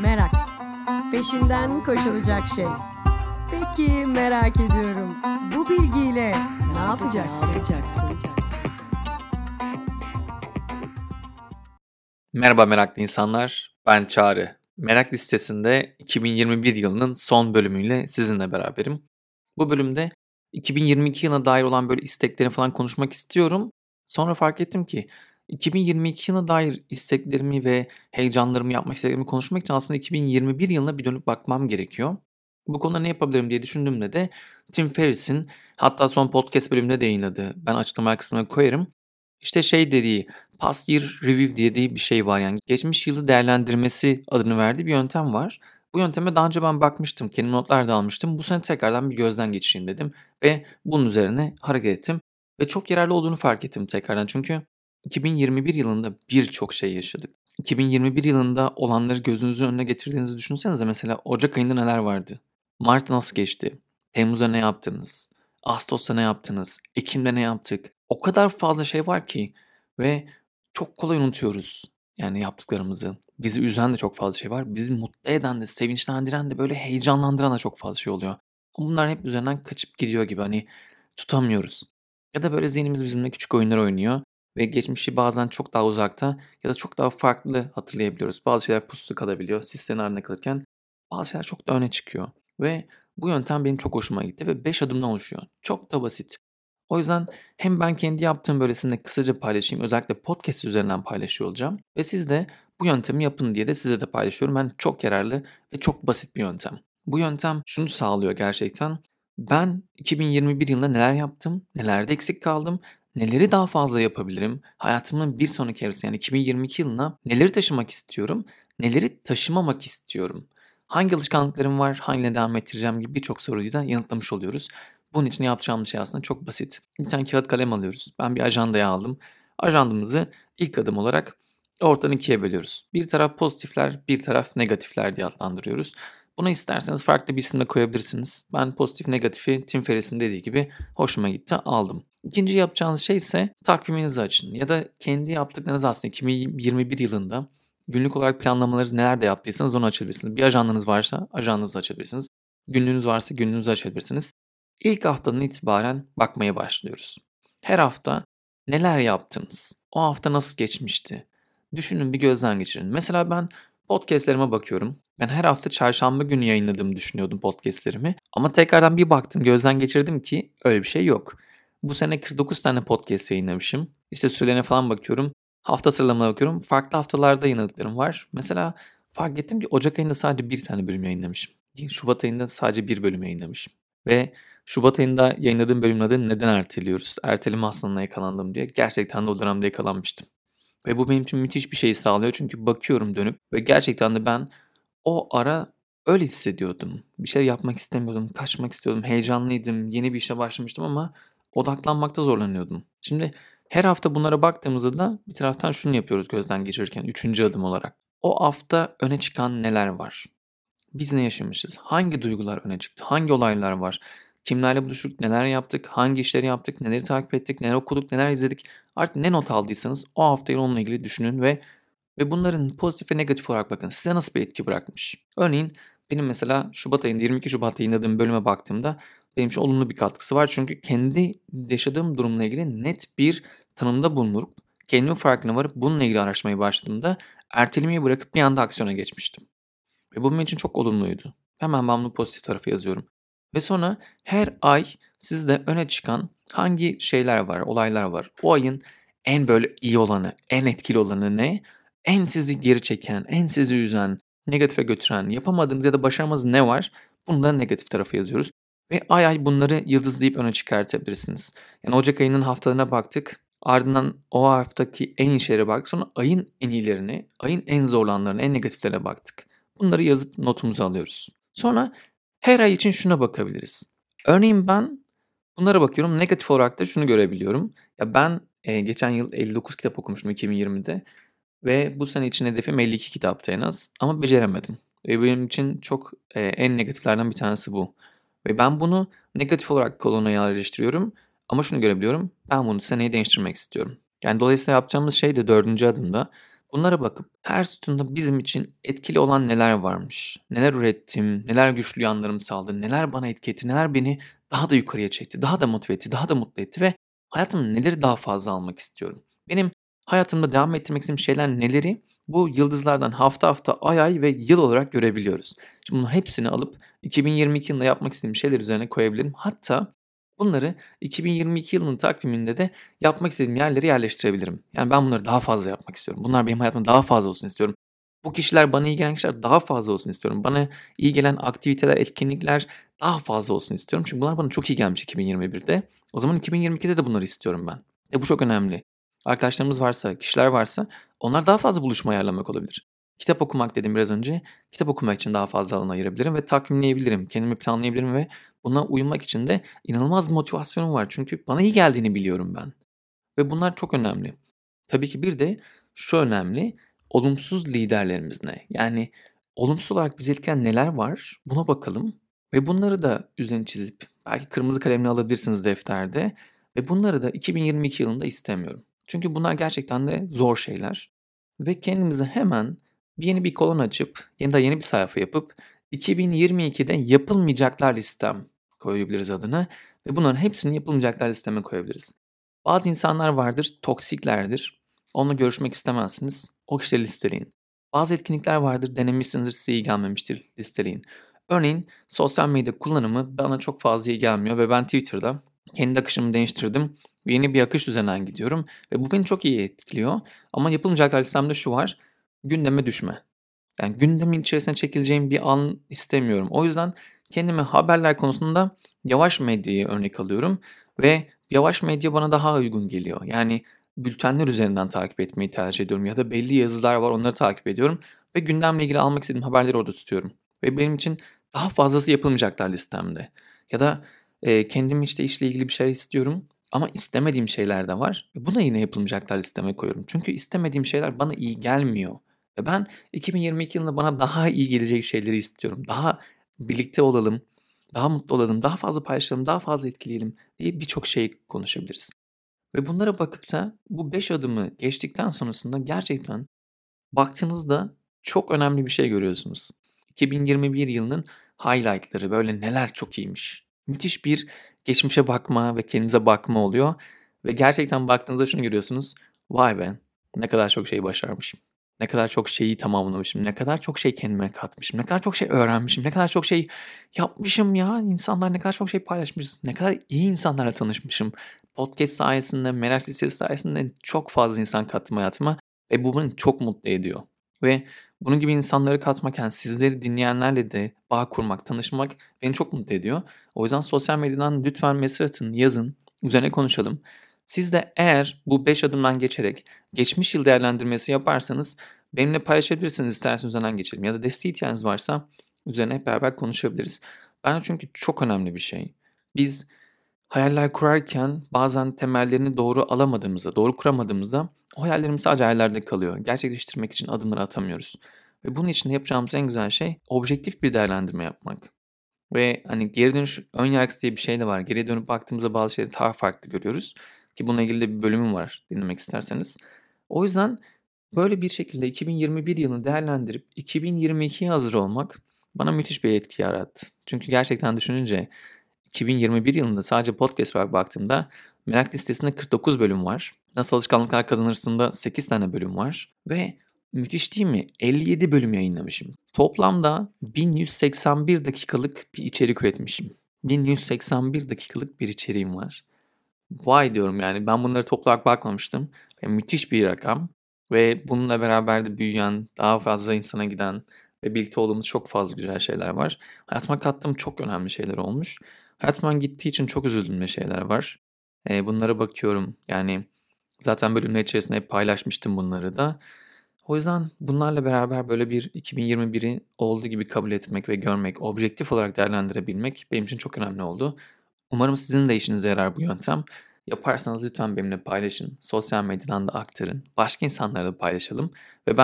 Merak. Peşinden koşulacak şey. Peki merak ediyorum. Bu bilgiyle ne yapacaksın? Merhaba meraklı insanlar, ben Çağrı. Merak listesinde 2021 yılının son bölümüyle sizinle beraberim. Bu bölümde 2022 yılına dair olan böyle isteklerimi falan konuşmak istiyorum. Sonra fark ettim ki 2022 yılına dair isteklerimi ve heyecanlarımı yapmak istediklerimi konuşmak için aslında 2021 yılına bir dönüp bakmam gerekiyor. Bu konuda ne yapabilirim diye düşündüğümde de Tim Ferriss'in hatta son podcast bölümünde de yayınladığı, ben açıklama kısmına koyarım. İşte şey dediği, Past Year Review diye bir şey var, yani geçmiş yılı değerlendirmesi adını verdiği bir yöntem var. Bu yönteme daha önce ben bakmıştım, kendim notlar da almıştım. Bu sene tekrardan bir gözden geçireyim dedim ve bunun üzerine hareket ettim ve çok yararlı olduğunu fark ettim tekrardan. Çünkü 2021 yılında birçok şey yaşadık. 2021 yılında olanları gözünüzün önüne getirdiğinizi düşünsenize, mesela Ocak ayında neler vardı? Mart nasıl geçti? Temmuz'da ne yaptınız? Ağustos'ta ne yaptınız? Ekim'de ne yaptık? O kadar fazla şey var ki ve çok kolay unutuyoruz yani yaptıklarımızı. Bizi üzen de çok fazla şey var. Bizi mutlu eden de, sevinçlendiren de, böyle heyecanlandıran da çok fazla şey oluyor. Ama bunlar hep üzerinden kaçıp gidiyor gibi, hani tutamıyoruz. Ya da böyle zihnimiz bizimle küçük oyunlar oynuyor ve geçmişi bazen çok daha uzakta ya da çok daha farklı hatırlayabiliyoruz. Bazı şeyler puslu kalabiliyor sistemin ardında kalırken, bazı şeyler çok da öne çıkıyor. Ve bu yöntem benim çok hoşuma gitti ve 5 adımdan oluşuyor. Çok da basit. O yüzden hem ben kendi yaptığım böyle sizinle kısaca paylaşayım. Özellikle podcast üzerinden paylaşıyor olacağım. Ve siz de bu yöntemi yapın diye de size de paylaşıyorum. Ben çok yararlı ve çok basit bir yöntem. Bu yöntem şunu sağlıyor gerçekten. Ben 2021 yılında neler yaptım, nelerde eksik kaldım, neleri daha fazla yapabilirim, hayatımın bir sonraki evresi yani 2022 yılına neleri taşımak istiyorum, neleri taşımamak istiyorum, hangi alışkanlıklarım var, hangilerine devam ettireceğim gibi birçok soruyu da yanıtlamış oluyoruz. Bunun için yapacağımız şey aslında çok basit. Bir tane kağıt kalem alıyoruz. Ben bir ajandaya aldım. Ajandamızı ilk adım olarak ortadan ikiye bölüyoruz. Bir taraf pozitifler, bir taraf negatifler diye adlandırıyoruz. Buna isterseniz farklı bir isim de koyabilirsiniz. Ben pozitif negatifi Tim Ferriss'in dediği gibi hoşuma gitti, aldım. İkinci yapacağınız şey ise takviminizi açın. Ya da kendi yaptıklarınız aslında 2021 yılında günlük olarak planlamalarınızı nerede yaptıysanız onu açabilirsiniz. Bir ajandanız varsa ajandanızı açabilirsiniz. Günlüğünüz varsa günlüğünüzü açabilirsiniz. İlk haftadan itibaren bakmaya başlıyoruz. Her hafta neler yaptınız? O hafta nasıl geçmişti? Düşünün, bir gözden geçirin. Mesela ben podcastlerime bakıyorum. Ben her hafta çarşamba günü yayınladığımı düşünüyordum podcastlerimi. Ama tekrardan bir baktım, gözden geçirdim ki öyle bir şey yok. Bu sene 49 tane podcast yayınlamışım. İşte sürelerine falan bakıyorum. Hafta sıralamalarına bakıyorum. Farklı haftalarda yayınladıklarım var. Mesela fark ettim ki Ocak ayında sadece bir tane bölüm yayınlamışım. Şubat ayında sadece bir bölüm yayınlamışım. Ve Şubat ayında yayınladığım bölümün adı "Neden erteliyoruz? Erteleme hastalığına yakalandım" diye. Gerçekten de o dönemde yakalanmıştım. Ve bu benim için müthiş bir şey sağlıyor. Çünkü bakıyorum dönüp ve gerçekten de ben o ara öyle hissediyordum. Bir şey yapmak istemiyordum, kaçmak istiyordum, heyecanlıydım, yeni bir işe başlamıştım ama odaklanmakta zorlanıyordum. Şimdi her hafta bunlara baktığımızda da bir taraftan şunu yapıyoruz gözden geçirirken, üçüncü adım olarak. O hafta öne çıkan neler var? Biz ne yaşamışız? Hangi duygular öne çıktı? Hangi olaylar var? Kimlerle buluştuk? Neler yaptık? Hangi işleri yaptık? Neleri takip ettik? Neler okuduk? Neler izledik? Artık ne not aldıysanız o haftayı onunla ilgili düşünün ve bunların pozitif ve negatif olarak bakın. Size nasıl bir etki bırakmış? Örneğin benim mesela Şubat ayında, 22 Şubat'ta yayınladığım bölüme baktığımda benim için olumlu bir katkısı var. Çünkü kendi yaşadığım durumla ilgili net bir tanımda bulunup kendimin farkına varıp bununla ilgili araştırmaya başladığımda ertelemeyi bırakıp bir anda aksiyona geçmiştim. Ve bu benim için çok olumluydu. Hemen ben bunu pozitif tarafa yazıyorum. Ve sonra her ay sizde öne çıkan hangi şeyler var, olaylar var? O ayın en böyle iyi olanı, en etkili olanı ne? En sizi geri çeken, en sizi üzen, negatife götüren, yapamadığınız ya da başaramadığınız ne var? Bunu da negatif tarafa yazıyoruz. Ve ay ay bunları yıldızlayıp öne çıkartabilirsiniz. Yani Ocak ayının haftalarına baktık. Ardından o haftaki en iyi şeylere baktık. Sonra ayın en iyilerini, ayın en zorlananlarına, en negatiflerine baktık. Bunları yazıp notumuza alıyoruz. Sonra her ay için şuna bakabiliriz. Örneğin ben bunlara bakıyorum. Negatif olarak da şunu görebiliyorum. Ya ben geçen yıl 59 kitap okumuştum 2020'de ve bu sene için hedefim 52 kitaptı en az, ama beceremedim. Ve benim için çok en negatiflerden bir tanesi bu. Ve ben bunu negatif olarak kolona yerleştiriyorum ama şunu görebiliyorum. Ben bunu seneye değiştirmek istiyorum. Yani dolayısıyla yapacağımız şey de dördüncü adımda Bunlara bakıp her sütunda bizim için etkili olan neler varmış, neler ürettim, neler güçlü yanlarım sağladı, neler bana etki etti, neler beni daha da yukarıya çekti, daha da motive etti, daha da mutlu etti ve hayatımda neleri daha fazla almak istiyorum. Benim hayatımda devam ettirmek istediğim şeyler neleri bu yıldızlardan hafta hafta, ay ay ve yıl olarak görebiliyoruz. Şimdi bunların hepsini alıp 2022 yılında yapmak istediğim şeyler üzerine koyabilirim. Hatta bunları 2022 yılının takviminde de yapmak istediğim yerlere yerleştirebilirim. Yani ben bunları daha fazla yapmak istiyorum. Bunlar benim hayatımda daha fazla olsun istiyorum. Bu kişiler, bana iyi gelen kişiler daha fazla olsun istiyorum. Bana iyi gelen aktiviteler, etkinlikler daha fazla olsun istiyorum. Çünkü bunlar bana çok iyi gelmiş 2021'de. O zaman 2022'de de bunları istiyorum ben. Bu çok önemli. Arkadaşlarımız varsa, kişiler varsa onlar daha fazla buluşma ayarlamak olabilir. Kitap okumak dedim biraz önce. Kitap okumak için daha fazla alan ayırabilirim ve takvimleyebilirim. Kendimi planlayabilirim ve buna uymak için de inanılmaz bir motivasyonum var. Çünkü bana iyi geldiğini biliyorum ben ve bunlar çok önemli. Tabii ki bir de şu önemli, olumsuz liderlerimiz ne? Yani olumsuz olarak bizi etkileyen neler var? Buna bakalım ve bunları da üzerine çizip belki kırmızı kalemle alabilirsiniz defterde ve bunları da 2022 yılında istemiyorum. Çünkü bunlar gerçekten de zor şeyler ve kendimize hemen yeni bir kolon açıp yeni bir sayfa yapıp 2022'de yapılmayacaklar listem koyabiliriz adına ve bunların hepsini yapılmayacaklar listeme koyabiliriz. Bazı insanlar vardır, toksiklerdir. Onunla görüşmek istemezsiniz. O kişileri listeleyin. Bazı etkinlikler vardır, denemişsinizdir, size iyi gelmemiştir, listeleyin. Örneğin sosyal medya kullanımı bana çok fazla iyi gelmiyor ve ben Twitter'da kendi akışımı değiştirdim. Yeni bir akış üzerinden gidiyorum ve bu beni çok iyi etkiliyor. Ama yapılmayacaklar listemde şu var, gündeme düşme. Yani gündemin içerisine çekileceğim bir an istemiyorum. O yüzden kendime haberler konusunda yavaş medyayı örnek alıyorum ve yavaş medya bana daha uygun geliyor. Yani bültenler üzerinden takip etmeyi tercih ediyorum ya da belli yazılar var, onları takip ediyorum ve gündemle ilgili almak istediğim haberleri orada tutuyorum. Ve benim için daha fazlası yapılmayacaklar listemde. Ya da kendim işte işle ilgili bir şeyler istiyorum ama istemediğim şeyler de var. Buna yine yapılmayacaklar listeme koyuyorum. Çünkü istemediğim şeyler bana iyi gelmiyor. Ve ben 2022 yılında bana daha iyi gelecek şeyleri istiyorum. Daha birlikte olalım, daha mutlu olalım, daha fazla paylaşalım, daha fazla etkileyelim diye birçok şey konuşabiliriz. Ve bunlara bakıp da bu 5 adımı geçtikten sonrasında gerçekten baktığınızda çok önemli bir şey görüyorsunuz. 2021 yılının highlight'ları, böyle neler çok iyiymiş. Müthiş bir geçmişe bakma ve kendinize bakma oluyor ve gerçekten baktığınızda şunu görüyorsunuz. Vay be, ne kadar çok şey başarmışım. Ne kadar çok şeyi tamamlamışım. Ne kadar çok şey kendime katmışım. Ne kadar çok şey öğrenmişim. Ne kadar çok şey yapmışım ya. İnsanlar ne kadar çok şey paylaşmışız. Ne kadar iyi insanlarla tanışmışım. Podcast sayesinde, merak listesi sayesinde çok fazla insan kattım hayatıma. Bu beni çok mutlu ediyor ve bunun gibi insanları katmak, yani sizleri dinleyenlerle de bağ kurmak, tanışmak beni çok mutlu ediyor. O yüzden sosyal medyadan lütfen mesaj atın, yazın, üzerine konuşalım. Siz de eğer bu 5 adımdan geçerek geçmiş yıl değerlendirmesi yaparsanız benimle paylaşabilirsiniz, isterseniz üzerinden geçelim ya da desteğe ihtiyacınız varsa üzerine hep beraber konuşabiliriz. Bence çünkü çok önemli bir şey. Biz hayaller kurarken bazen temellerini doğru alamadığımızda, doğru kuramadığımızda o hayallerimiz sadece hayallerde kalıyor. Gerçekleştirmek için adımları atamıyoruz. Ve bunun için de yapacağımız en güzel şey objektif bir değerlendirme yapmak. Ve hani geri dönüş ön yargısı diye bir şey de var. Geriye dönüp baktığımızda bazı şeyleri daha farklı görüyoruz. Ki bununla ilgili de bir bölümüm var dinlemek isterseniz. O yüzden böyle bir şekilde 2021 yılını değerlendirip 2022'ye hazır olmak bana müthiş bir etki yarattı. Çünkü gerçekten düşününce 2021 yılında sadece podcast olarak baktığımda merak listesinde 49 bölüm var. Nasıl Alışkanlıklar Kazanırsın'da 8 tane bölüm var. Ve müthiş değil mi? 57 bölüm yayınlamışım. Toplamda 1181 dakikalık bir içerik üretmişim. 1181 dakikalık bir içeriğim var. Vay diyorum, yani ben bunları toplarak bakmamıştım. Müthiş bir rakam. Ve bununla beraber de büyüyen, daha fazla insana giden ve birlikte olduğumuz çok fazla güzel şeyler var. Hayatıma kattığım çok önemli şeyler olmuş. Hayatımdan gittiği için çok üzüldüğüm şeyler var. Bunlara bakıyorum. Yani zaten bölümler içerisinde hep paylaşmıştım bunları da. O yüzden bunlarla beraber böyle bir 2021'i olduğu gibi kabul etmek ve görmek, objektif olarak değerlendirebilmek benim için çok önemli oldu. Umarım sizin de işinize yarar bu yöntem. Yaparsanız lütfen benimle paylaşın. Sosyal medyadan da aktarın. Başka insanlarla da paylaşalım ve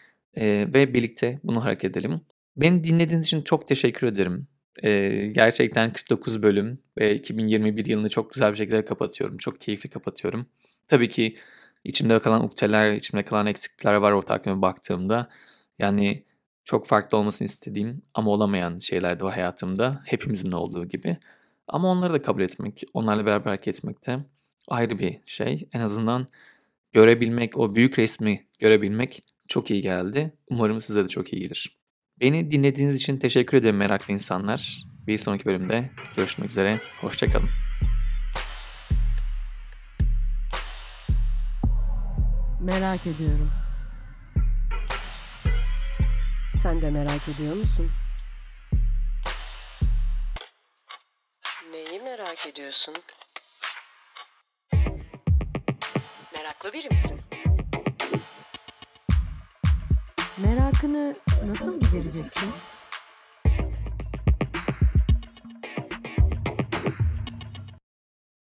ve birlikte bunu hareket edelim. Beni dinlediğiniz için çok teşekkür ederim. Gerçekten 49 bölüm ve 2021 yılını çok güzel bir şekilde kapatıyorum. Çok keyifli kapatıyorum. Tabii ki İçimde kalan ukdeler, içimde kalan eksiklikler var o takvime baktığımda. Yani çok farklı olmasını istediğim ama olamayan şeyler de var hayatımda. Hepimizin olduğu gibi. Ama onları da kabul etmek, onlarla beraber hareket etmek de ayrı bir şey. En azından görebilmek, o büyük resmi görebilmek çok iyi geldi. Umarım size de çok iyi gelir. Beni dinlediğiniz için teşekkür ederim meraklı insanlar. Bir sonraki bölümde görüşmek üzere. Hoşça kalın. Merak ediyorum. Sen de merak ediyor musun? Neyi merak ediyorsun? Meraklı biri misin? Merakını nasıl gidereceksin?